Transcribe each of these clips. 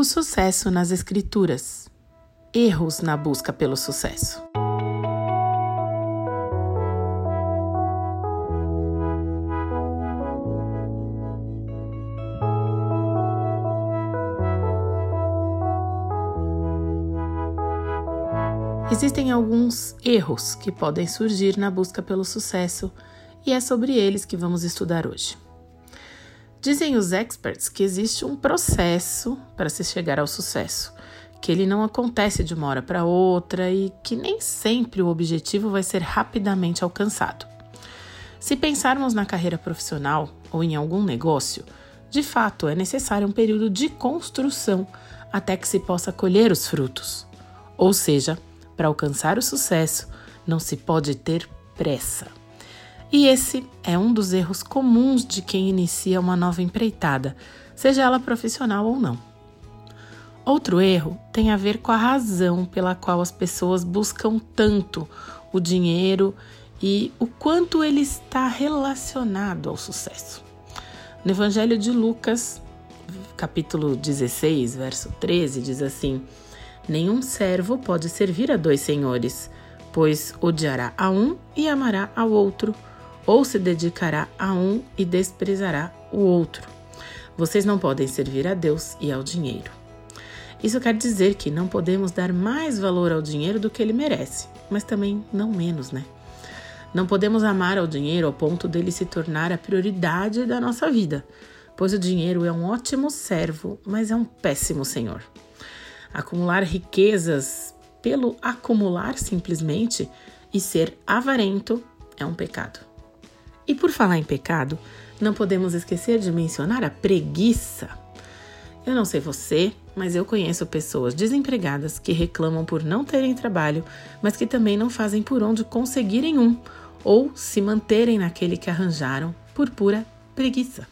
O sucesso nas escrituras. Erros na busca pelo sucesso. Existem alguns erros que podem surgir na busca pelo sucesso e é sobre eles que vamos estudar hoje. Dizem os experts que existe um processo para se chegar ao sucesso, que ele não acontece de uma hora para outra e que nem sempre o objetivo vai ser rapidamente alcançado. Se pensarmos na carreira profissional ou em algum negócio, de fato é necessário um período de construção até que se possa colher os frutos. Ou seja, para alcançar o sucesso, não se pode ter pressa. E esse é um dos erros comuns de quem inicia uma nova empreitada, seja ela profissional ou não. Outro erro tem a ver com a razão pela qual as pessoas buscam tanto o dinheiro e o quanto ele está relacionado ao sucesso. No Evangelho de Lucas, capítulo 16, verso 13, diz assim: "Nenhum servo pode servir a 2 senhores, pois odiará a um e amará ao outro, ou se dedicará a um e desprezará o outro. Vocês não podem servir a Deus e ao dinheiro." Isso quer dizer que não podemos dar mais valor ao dinheiro do que ele merece, mas também não menos, né? Não podemos amar ao dinheiro ao ponto dele se tornar a prioridade da nossa vida, pois o dinheiro é um ótimo servo, mas é um péssimo senhor. Acumular riquezas pelo acumular simplesmente e ser avarento é um pecado. E por falar em pecado, não podemos esquecer de mencionar a preguiça. Eu não sei você, mas eu conheço pessoas desempregadas que reclamam por não terem trabalho, mas que também não fazem por onde conseguirem um, ou se manterem naquele que arranjaram por pura preguiça.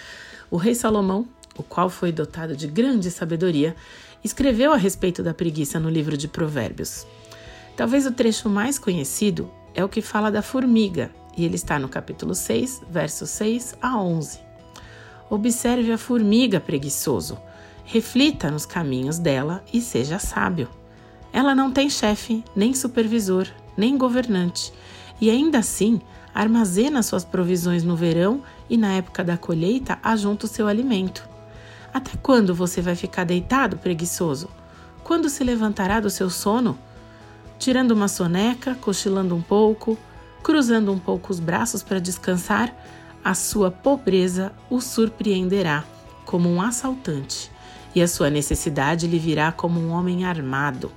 O rei Salomão, o qual foi dotado de grande sabedoria, escreveu a respeito da preguiça no livro de Provérbios. Talvez o trecho mais conhecido é o que fala da formiga, e ele está no capítulo 6, versos 6 a 11. Observe a formiga, preguiçoso. Reflita nos caminhos dela e seja sábio. Ela não tem chefe, nem supervisor, nem governante, e ainda assim armazena suas provisões no verão e na época da colheita ajunta o seu alimento. Até quando você vai ficar deitado, preguiçoso? Quando se levantará do seu sono? Tirando uma soneca, cochilando um pouco, cruzando um pouco os braços para descansar, a sua pobreza o surpreenderá como um assaltante, e a sua necessidade lhe virá como um homem armado.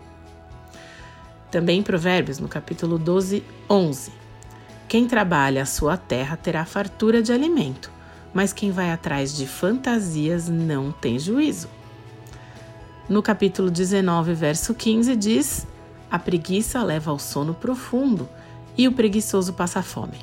Também em Provérbios, no capítulo 12, 11. Quem trabalha a sua terra terá fartura de alimento, mas quem vai atrás de fantasias não tem juízo. No capítulo 19, verso 15, diz: "A preguiça leva ao sono profundo e o preguiçoso passa fome."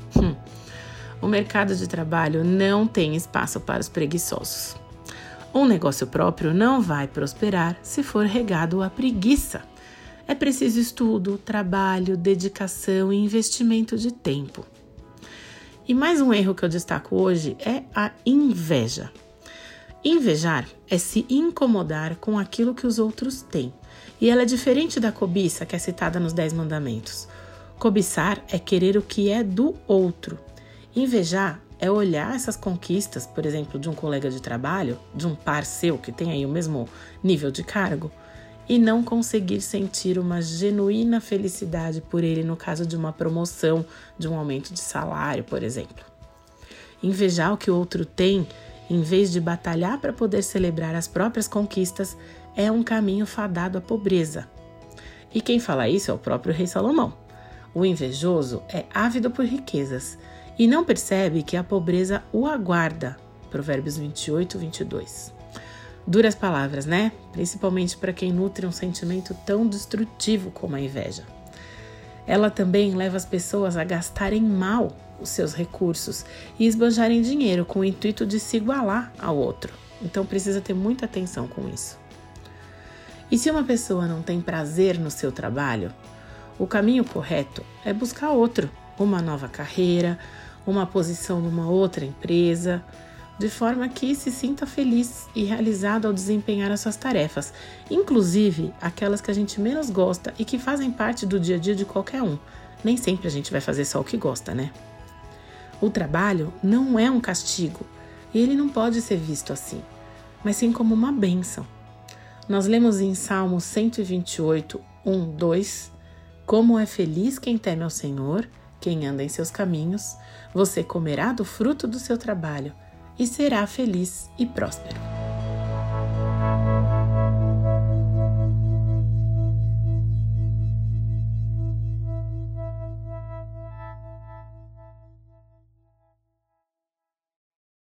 O mercado de trabalho não tem espaço para os preguiçosos. Um negócio próprio não vai prosperar se for regado à preguiça. É preciso estudo, trabalho, dedicação e investimento de tempo. E mais um erro que eu destaco hoje é a inveja. Invejar é se incomodar com aquilo que os outros têm. E ela é diferente da cobiça, que é citada nos 10 mandamentos. Cobiçar é querer o que é do outro. Invejar é olhar essas conquistas, por exemplo, de um colega de trabalho, de um par seu que tem aí o mesmo nível de cargo, e não conseguir sentir uma genuína felicidade por ele no caso de uma promoção, de um aumento de salário, por exemplo. Invejar o que o outro tem, em vez de batalhar para poder celebrar as próprias conquistas, é um caminho fadado à pobreza. E quem fala isso é o próprio rei Salomão. O invejoso é ávido por riquezas e não percebe que a pobreza o aguarda. Provérbios 28, 22. Duras palavras, né? Principalmente para quem nutre um sentimento tão destrutivo como a inveja. Ela também leva as pessoas a gastarem mal os seus recursos e esbanjarem dinheiro com o intuito de se igualar ao outro. Então precisa ter muita atenção com isso. E se uma pessoa não tem prazer no seu trabalho, o caminho correto é buscar outro, uma nova carreira, uma posição numa outra empresa, de forma que se sinta feliz e realizado ao desempenhar as suas tarefas, inclusive aquelas que a gente menos gosta e que fazem parte do dia a dia de qualquer um. Nem sempre a gente vai fazer só o que gosta, né? O trabalho não é um castigo e ele não pode ser visto assim, mas sim como uma bênção. Nós lemos em Salmo 128, 1, 2: Como é feliz quem teme ao Senhor, quem anda em seus caminhos, você comerá do fruto do seu trabalho e será feliz e próspero.